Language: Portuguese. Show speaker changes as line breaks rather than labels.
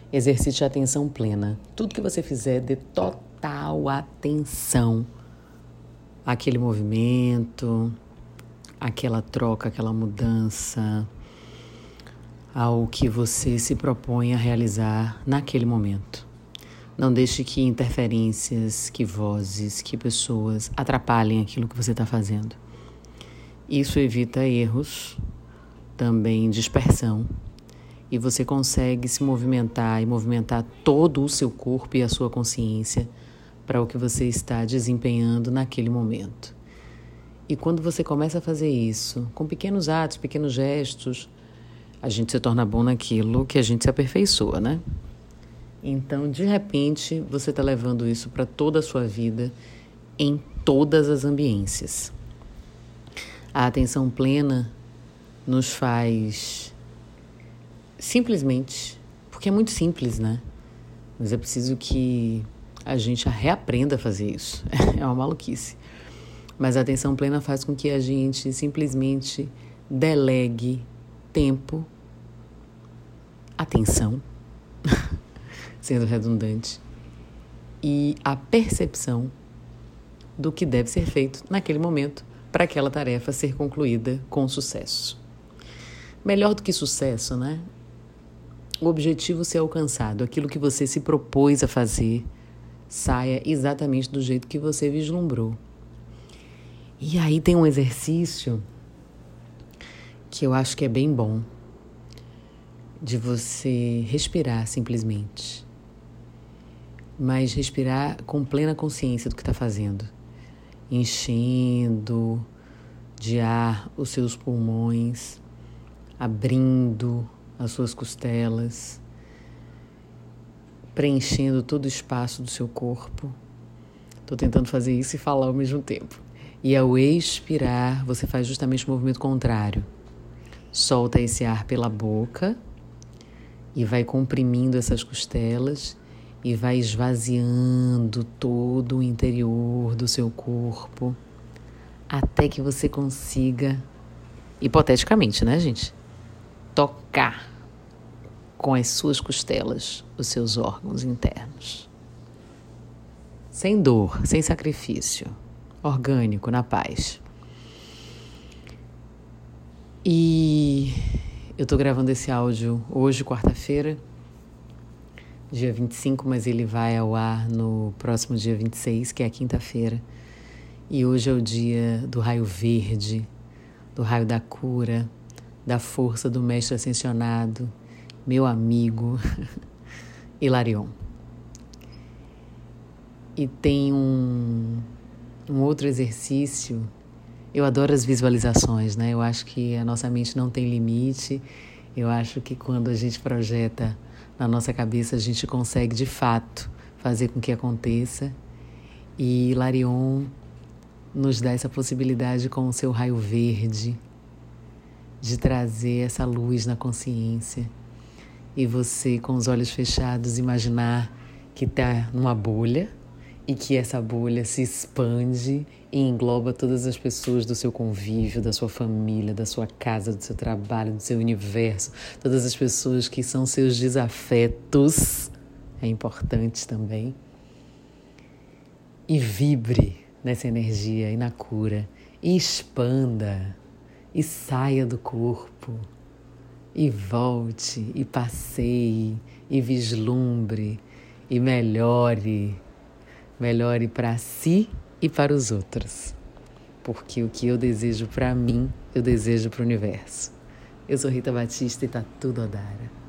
Exercite a atenção plena. Tudo que você fizer, dê total atenção àquele movimento, àquela troca, àquela mudança, ao que você se propõe a realizar naquele momento. Não deixe que interferências, que vozes, que pessoas atrapalhem aquilo que você está fazendo. Isso evita erros, também dispersão, e você consegue se movimentar e movimentar todo o seu corpo e a sua consciência para o que você está desempenhando naquele momento. E quando você começa a fazer isso, com pequenos atos, pequenos gestos, a gente se torna bom naquilo que a gente se aperfeiçoa, né? Então, de repente, você está levando isso para toda a sua vida, em todas as ambiências. A atenção plena nos faz simplesmente, porque é muito simples, né? Mas é preciso que a gente reaprenda a fazer isso. É uma maluquice. Mas a atenção plena faz com que a gente simplesmente delegue tempo, atenção, sendo redundante, e a percepção do que deve ser feito naquele momento para aquela tarefa ser concluída com sucesso. Melhor do que sucesso, né? O objetivo ser alcançado, aquilo que você se propôs a fazer, saia exatamente do jeito que você vislumbrou. E aí tem um exercício que eu acho que é bem bom, de você respirar simplesmente, mas respirar com plena consciência do que está fazendo, enchendo de ar os seus pulmões, abrindo as suas costelas, preenchendo todo o espaço do seu corpo. Estou tentando fazer isso e falar ao mesmo tempo. E ao expirar, você faz justamente o movimento contrário. Solta esse ar pela boca e vai comprimindo essas costelas e vai esvaziando todo o interior do seu corpo até que você consiga, hipoteticamente, né, gente? Tocar com as suas costelas os seus órgãos internos. Sem dor, sem sacrifício, orgânico, na paz. E eu tô gravando esse áudio hoje, quarta-feira, dia 25, mas ele vai ao ar no próximo dia 26, que é a quinta-feira. E hoje é o dia do raio verde, do raio da cura, da força do mestre ascensionado, meu amigo Hilarion. E tem um outro exercício. Eu adoro as visualizações, né? Eu acho que a nossa mente não tem limite. Eu acho que quando a gente projeta na nossa cabeça, a gente consegue, de fato, fazer com que aconteça. E Hilarion nos dá essa possibilidade com o seu raio verde de trazer essa luz na consciência. E você, com os olhos fechados, imaginar que está numa bolha e que essa bolha se expande e engloba todas as pessoas do seu convívio, da sua família, da sua casa, do seu trabalho, do seu universo, todas as pessoas que são seus desafetos, é importante também. E vibre nessa energia e na cura, e expanda, e saia do corpo, e volte, e passeie, e vislumbre, e melhore para si e para os outros. Porque o que eu desejo para mim, eu desejo para o universo. Eu sou Rita Batista e tá tudo a dar.